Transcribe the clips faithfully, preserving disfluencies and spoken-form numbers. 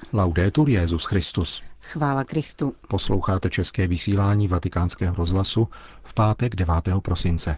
Laudetur Jesus Christus. Chvála Kristu. Posloucháte české vysílání Vatikánského rozhlasu v pátek devátého prosince.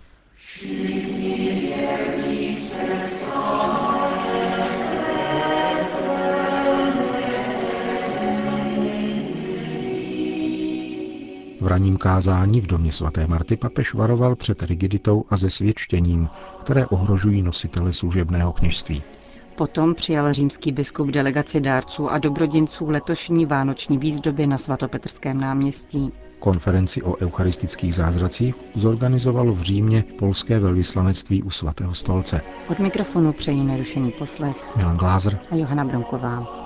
V ranním kázání v domě svaté Marty papež varoval před rigiditou a zesvědčením, které ohrožují nositele služebného kněžství. Potom přijal římský biskup delegaci dárců a dobrodinců letošní vánoční výzdoby na svatopetrském náměstí. Konferenci o eucharistických zázracích zorganizovalo v Římě polské velvyslanectví u svatého stolce. Od mikrofonu přejí nerušený poslech Milan Glázer a Johana Bronková.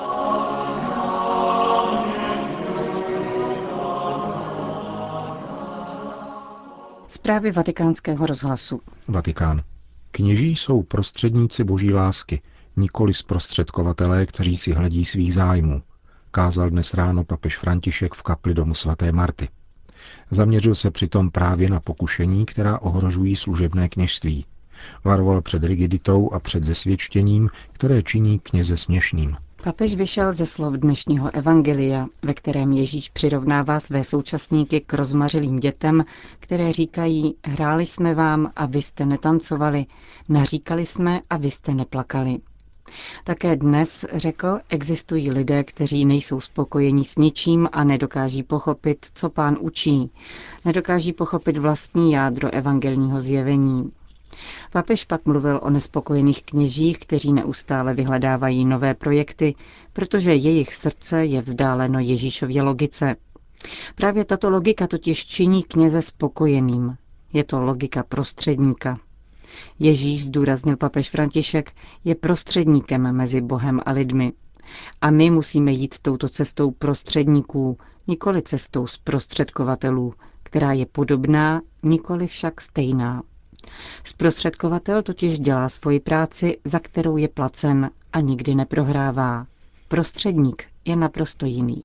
Zprávy Vatikánského rozhlasu. Vatikán. Kněží jsou prostředníci boží lásky, nikoli zprostředkovatelé, kteří si hledí svých zájmů, kázal dnes ráno papež František v kapli domu svaté Marty. Zaměřil se přitom právě na pokušení, která ohrožují služebné kněžství. Varoval před rigiditou a před zesvědčením, které činí kněze směšným. Papež vyšel ze slov dnešního evangelia, ve kterém Ježíš přirovnává své současníky k rozmařilým dětem, které říkají: hráli jsme vám a vy jste netancovali, naříkali jsme a vy jste neplakali. Také dnes, řekl, existují lidé, kteří nejsou spokojeni s ničím a nedokáží pochopit, co Pán učí. Nedokáží pochopit vlastní jádro evangelního zjevení. Papež pak mluvil o nespokojených kněžích, kteří neustále vyhledávají nové projekty, protože jejich srdce je vzdáleno Ježíšově logice. Právě tato logika totiž činí kněze spokojeným. Je to logika prostředníka. Ježíš, zdůraznil papež František, je prostředníkem mezi Bohem a lidmi. A my musíme jít touto cestou prostředníků, nikoli cestou zprostředkovatelů, která je podobná, nikoli však stejná. Zprostředkovatel totiž dělá svoji práci, za kterou je placen, a nikdy neprohrává. Prostředník je naprosto jiný.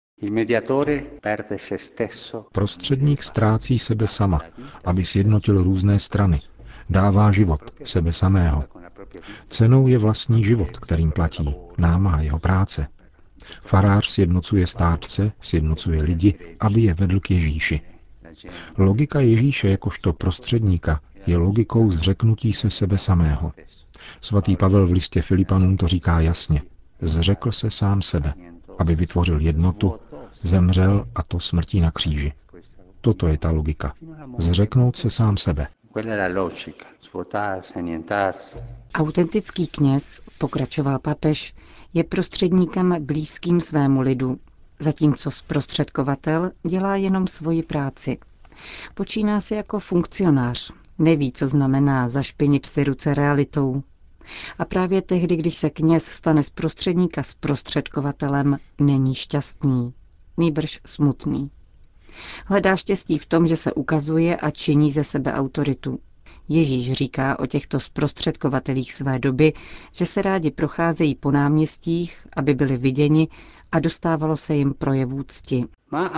Prostředník ztrácí sebe sama, aby sjednotil různé strany. Dává život, sebe samého. Cenou je vlastní život, kterým platí, námaha jeho práce. Farář sjednocuje státce, sjednocuje lidi, aby je vedl k Ježíši. Logika Ježíše jakožto prostředníka je logikou zřeknutí se sebe samého. Svatý Pavel v listě Filipanům to říká jasně. Zřekl se sám sebe, aby vytvořil jednotu, zemřel, a to smrtí na kříži. Toto je ta logika. Zřeknout se sám sebe. Autentický kněz, pokračoval papež, je prostředníkem blízkým svému lidu, zatímco zprostředkovatel dělá jenom svoji práci. Počíná si jako funkcionář, neví, co znamená zašpinit si ruce realitou. A právě tehdy, když se kněz stane z prostředníka zprostředkovatelem, není šťastný, nýbrž smutný. Hledá štěstí v tom, že se ukazuje a činí ze sebe autoritu. Ježíš říká o těchto zprostředkovatelích své doby, že se rádi procházejí po náměstích, aby byli viděni a dostávalo se jim projevů cti.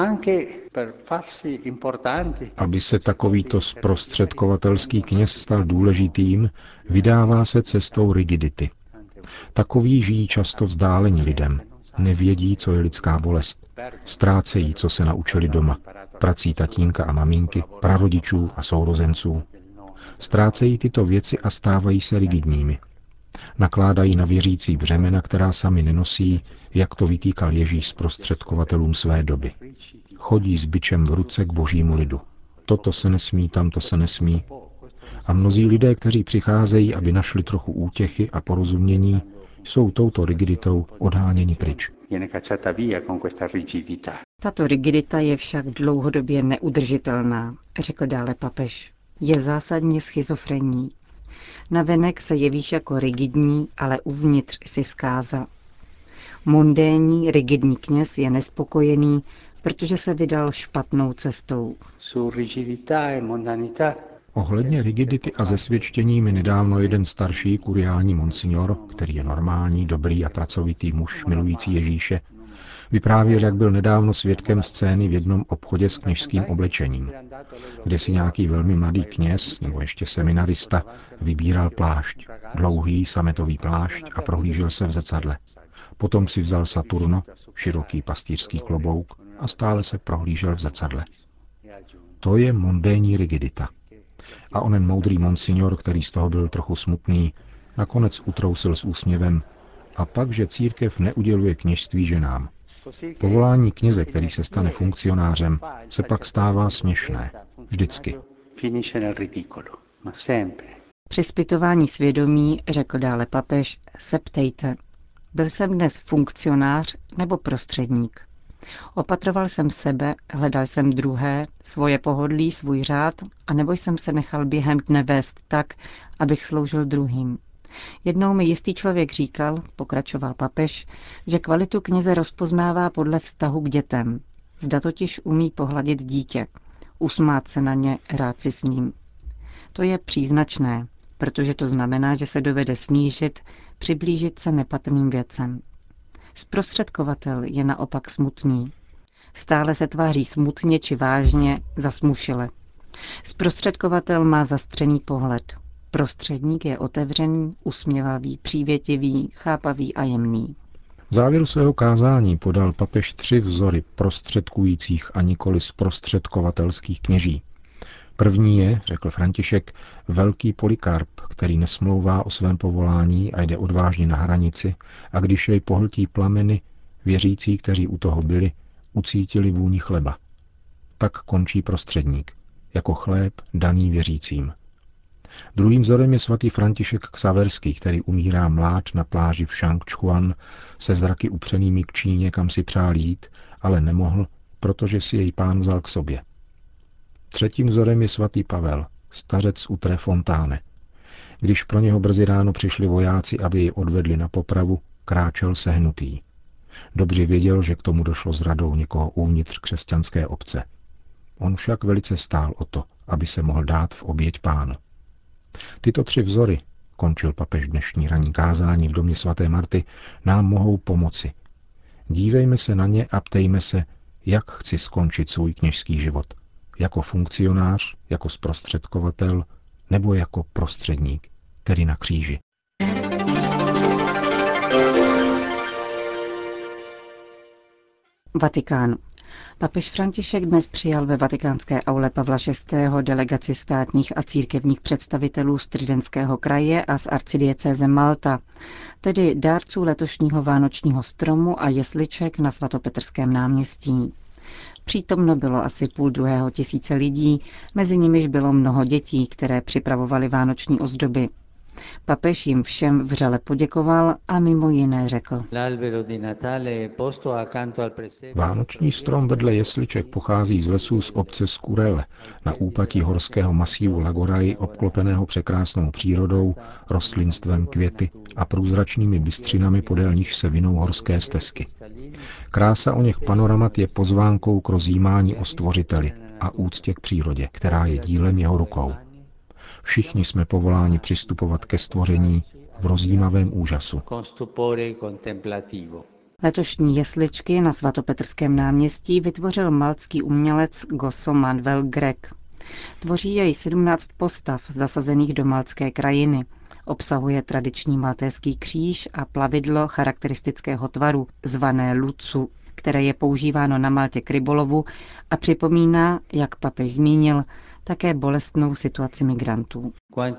Aby se takovýto zprostředkovatelský kněz stal důležitým, vydává se cestou rigidity. Takoví žijí často vzdálení lidem. Nevědí, co je lidská bolest. Ztrácejí, co se naučili doma. Prací tatínka a maminky, prarodičů a sourozenců. Ztrácejí tyto věci a stávají se rigidními. Nakládají na věřící břemena, která sami nenosí, jak to vytýkal Ježíš zprostředkovatelům své doby. Chodí s bičem v ruce k božímu lidu. Toto se nesmí, tamto se nesmí. A mnozí lidé, kteří přicházejí, aby našli trochu útěchy a porozumění, jsou touto rigiditou odháněni pryč. Tato rigidita je však dlouhodobě neudržitelná, řekl dále papež. Je zásadně schizofrenní. Navenek se jevíš jako rigidní, ale uvnitř si zkáza. Mundénní, rigidní kněz je nespokojený, protože se vydal špatnou cestou. Ohledně rigidity a zesvědčení mi nedávno jeden starší kuriální monsignor, který je normální, dobrý a pracovitý muž milující Ježíše, vyprávěl, jak byl nedávno svědkem scény v jednom obchodě s kněžským oblečením, kde si nějaký velmi mladý kněz nebo ještě seminarista vybíral plášť, dlouhý sametový plášť, a prohlížel se v zrcadle. Potom si vzal Saturno, široký pastýřský klobouk, a stále se prohlížel v zrcadle. To je mondénní rigidita. A onen moudrý monsignor, který z toho byl trochu smutný, nakonec utrousil s úsměvem: a pak, že církev neuděluje kněžství ženám. Povolání kněze, který se stane funkcionářem, se pak stává směšné. Vždycky. Při zpytování svědomí řekl dále papež: se ptejte, byl jsem dnes funkcionář nebo prostředník? Opatroval jsem sebe, hledal jsem druhé, svoje pohodlí, svůj řád, anebo jsem se nechal během dne vést tak, abych sloužil druhým. Jednou mi jistý člověk říkal, pokračoval papež, že kvalitu kněze rozpoznává podle vztahu k dětem. Zda totiž umí pohladit dítě, usmát se na ně, hrát si s ním. To je příznačné, protože to znamená, že se dovede snížit, přiblížit se nepatrným věcem. Zprostředkovatel je naopak smutný. Stále se tváří smutně či vážně, zasmušile. Zprostředkovatel má zastřený pohled. Prostředník je otevřený, usměvavý, přívětivý, chápavý a jemný. V závěru svého kázání podal papež tři vzory prostředkujících a nikoli zprostředkovatelských kněží. První je, řekl František, velký Polikarp, který nesmlouvá o svém povolání a jde odvážně na hranici, a když jej pohltí plameny, věřící, kteří u toho byli, ucítili vůni chleba. Tak končí prostředník, jako chléb daný věřícím. Druhým vzorem je svatý František Xaverský, který umírá mlád na pláži v Shangchuan se zraky upřenými k Číně, kam si přál jít, ale nemohl, protože si jej Pán vzal k sobě. Třetím vzorem je svatý Pavel, stařec u Tre Fontáne. Když pro něho brzy ráno přišli vojáci, aby jej odvedli na popravu, kráčel sehnutý. Dobře věděl, že k tomu došlo s radou někoho uvnitř křesťanské obce. On však velice stál o to, aby se mohl dát v oběť Pánu. Tyto tři vzory, končil papež dnešní ranní kázání v domě svaté Marty, nám mohou pomoci. Dívejme se na ně a ptejme se, jak chci skončit svůj kněžský život. Jako funkcionář, jako zprostředkovatel nebo jako prostředník, tedy na kříži. Vatikán. Papež František dnes přijal ve vatikánské aule Pavla šestého. delegaci státních a církevních představitelů z Tridentského kraje a z arcidiecéze Malta, tedy dárců letošního vánočního stromu a jesliček na svatopetrském náměstí. Přítomno bylo asi půl druhého tisíce lidí, mezi nimiž bylo mnoho dětí, které připravovali vánoční ozdoby. Papež jim všem vřele poděkoval a mimo jiné řekl: Vánoční strom vedle jesliček pochází z lesů z obce Skurele, na úpatí horského masívu Lagoraj, obklopeného překrásnou přírodou, rostlinstvem, květy a průzračnými bystřinami, podél nichž se vinou horské stezky. Krása o něch panoramat je pozvánkou k rozjímání o Stvořiteli a úctě k přírodě, která je dílem jeho rukou. Všichni jsme povoláni přistupovat ke stvoření v rozjímavém úžasu. Letošní jesličky na svatopetrském náměstí vytvořil maltský umělec Goso Manuel Grek. Tvoří jej sedmnáct postav zasazených do maltské krajiny. Obsahuje tradiční maltéský kříž a plavidlo charakteristického tvaru, zvané Lucu, které je používáno na Maltě k rybolovu a připomíná, jak papež zmínil, také bolestnou situaci migrantů.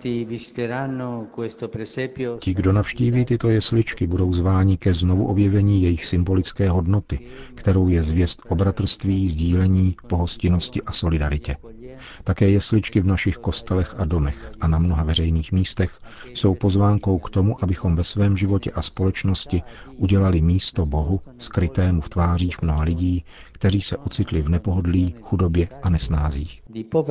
Ti, kdo navštíví tyto jesličky, budou zváni ke znovu objevení jejich symbolické hodnoty, kterou je zvěst o bratrství, sdílení, pohostinnosti a solidaritě. Také jesličky v našich kostelech a domech a na mnoha veřejných místech jsou pozvánkou k tomu, abychom ve svém životě a společnosti udělali místo Bohu, skrytému v tvářích mnoha lidí, kteří se ocitli v nepohodlí, chudobě a nesnázích.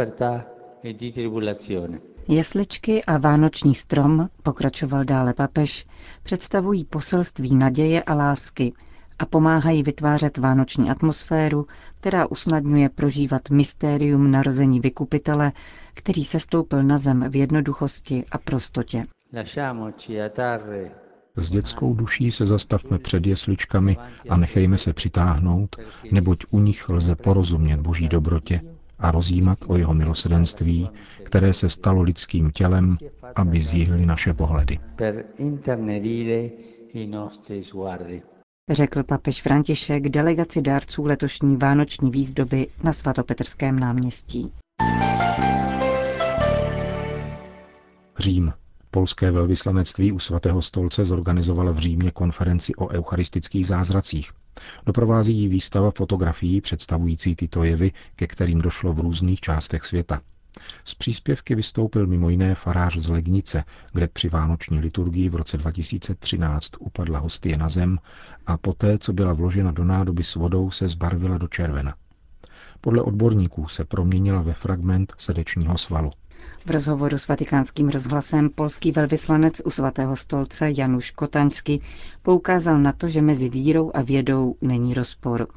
Jesličky a vánoční strom, pokračoval dále papež, představují poselství naděje a lásky a pomáhají vytvářet vánoční atmosféru, která usnadňuje prožívat mystérium narození vykupitele, který sestoupil na zem v jednoduchosti a prostotě. S dětskou duší se zastavme před jesličkami a nechejme se přitáhnout, neboť u nich lze porozumět Boží dobrotě a rozjímat o jeho milosrdenství, které se stalo lidským tělem, aby zjihly naše pohledy. řekl papež František delegaci dárců letošní vánoční výzdoby na svatopetrském náměstí. Řím. Polské velvyslanectví u svatého stolce zorganizovalo v Římě konferenci o eucharistických zázracích. Doprovází ji výstava fotografií představující tyto jevy, ke kterým došlo v různých částech světa. Z příspěvky vystoupil mimo jiné farář z Legnice, kde při vánoční liturgii v roce dva tisíce třináct upadla hostie na zem a poté, co byla vložena do nádoby s vodou, se zbarvila do červena. Podle odborníků se proměnila ve fragment srdečního svalu. V rozhovoru s Vatikánským rozhlasem polský velvyslanec u svatého stolce Janusz Kotaňski poukázal na to, že mezi vírou a vědou není rozpor.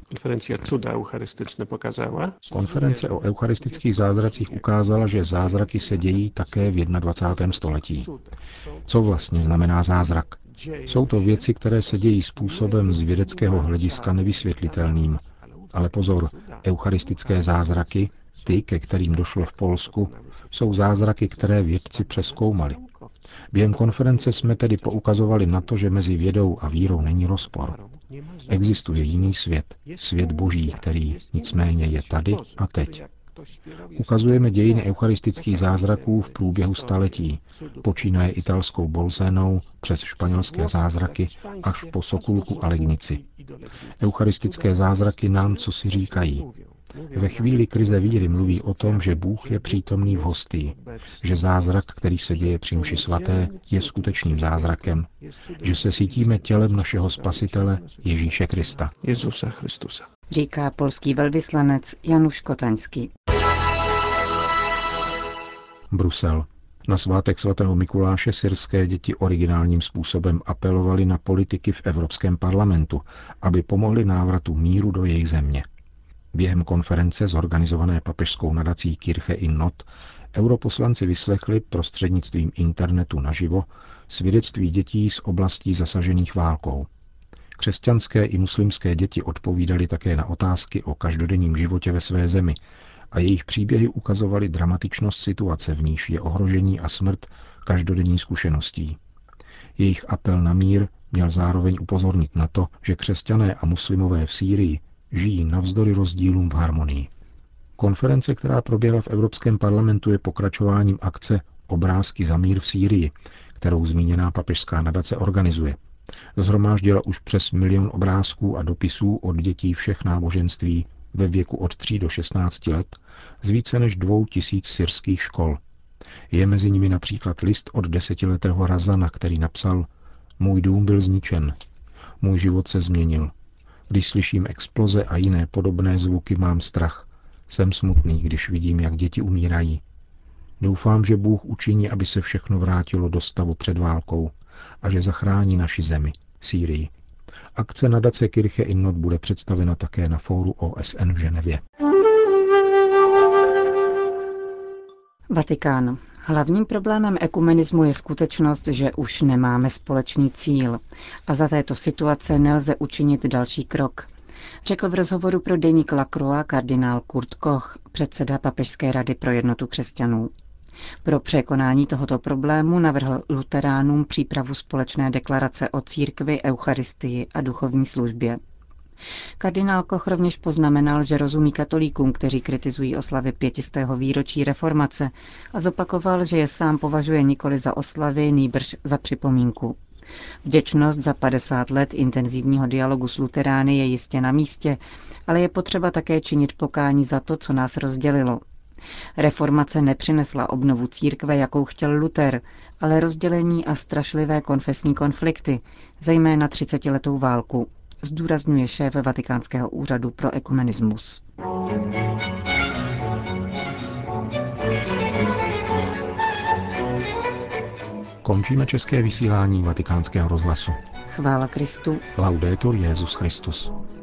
Konference o eucharistických zázracích ukázala, že zázraky se dějí také v dvacátém prvním století. Co vlastně znamená zázrak? Jsou to věci, které se dějí způsobem z vědeckého hlediska nevysvětlitelným. Ale pozor, eucharistické zázraky, ty, ke kterým došlo v Polsku, jsou zázraky, které vědci přezkoumali. Během konference jsme tedy poukazovali na to, že mezi vědou a vírou není rozpor. Existuje jiný svět, svět boží, který nicméně je tady a teď. Ukazujeme dějiny eucharistických zázraků v průběhu staletí, počínaje italskou bolzénou přes španělské zázraky až po Sokulku a Legnici. Eucharistické zázraky nám cosi říkají. Ve chvíli krize víry mluví o tom, že Bůh je přítomný v hostii, že zázrak, který se děje při mši svaté, je skutečným zázrakem, že se cítíme tělem našeho Spasitele Ježíše Krista. Říká polský velvyslanec Janusz Kotaňski. Brusel. Na svátek svatého Mikuláše syrské děti originálním způsobem apelovali na politiky v Evropském parlamentu, aby pomohli návratu míru do jejich země. Během konference zorganizované papežskou nadací Kirche in Not europoslanci vyslechli prostřednictvím internetu naživo svědectví dětí z oblastí zasažených válkou. Křesťanské i muslimské děti odpovídaly také na otázky o každodenním životě ve své zemi a jejich příběhy ukazovaly dramatičnost situace, v níž je ohrožení a smrt každodenní zkušeností. Jejich apel na mír měl zároveň upozornit na to, že křesťané a muslimové v Sýrii žijí navzdory rozdílům v harmonii. Konference, která proběhla v Evropském parlamentu, je pokračováním akce Obrázky za mír v Sýrii, kterou zmíněná papežská nadace organizuje. Zhromáždila už přes milion obrázků a dopisů od dětí všech náboženství ve věku od tří do šestnácti let z více než dvou tisíc syrských škol. Je mezi nimi například list od desetiletého Razana, který napsal: Můj dům byl zničen, můj život se změnil. Když slyším exploze a jiné podobné zvuky, mám strach. Jsem smutný, když vidím, jak děti umírají. Doufám, že Bůh učiní, aby se všechno vrátilo do stavu před válkou a že zachrání naši zemi, Sýrii. Akce nadace Kirche in Not bude představena také na fóru O S N v Ženevě. Vatikán. Hlavním problémem ekumenismu je skutečnost, že už nemáme společný cíl a za této situace nelze učinit další krok, řekl v rozhovoru pro deník La Croix kardinál Kurt Koch, předseda Papežské rady pro jednotu křesťanů. Pro překonání tohoto problému navrhl luteránům přípravu společné deklarace o církvi, eucharistii a duchovní službě. Kardinál Koch rovněž poznamenal, že rozumí katolíkům, kteří kritizují oslavy pětistého výročí reformace, a zopakoval, že je sám považuje nikoli za oslavy, nýbrž za připomínku. Vděčnost za padesát let intenzivního dialogu s luterány je jistě na místě, ale je potřeba také činit pokání za to, co nás rozdělilo. Reformace nepřinesla obnovu církve, jakou chtěl Luther, ale rozdělení a strašlivé konfesní konflikty, zejména třicetiletou válku, zdůrazňuje šéf Vatikánského úřadu pro ekumenismus. Končíme české vysílání Vatikánského rozhlasu. Chvála Kristu. Laudetur Jesus Christus.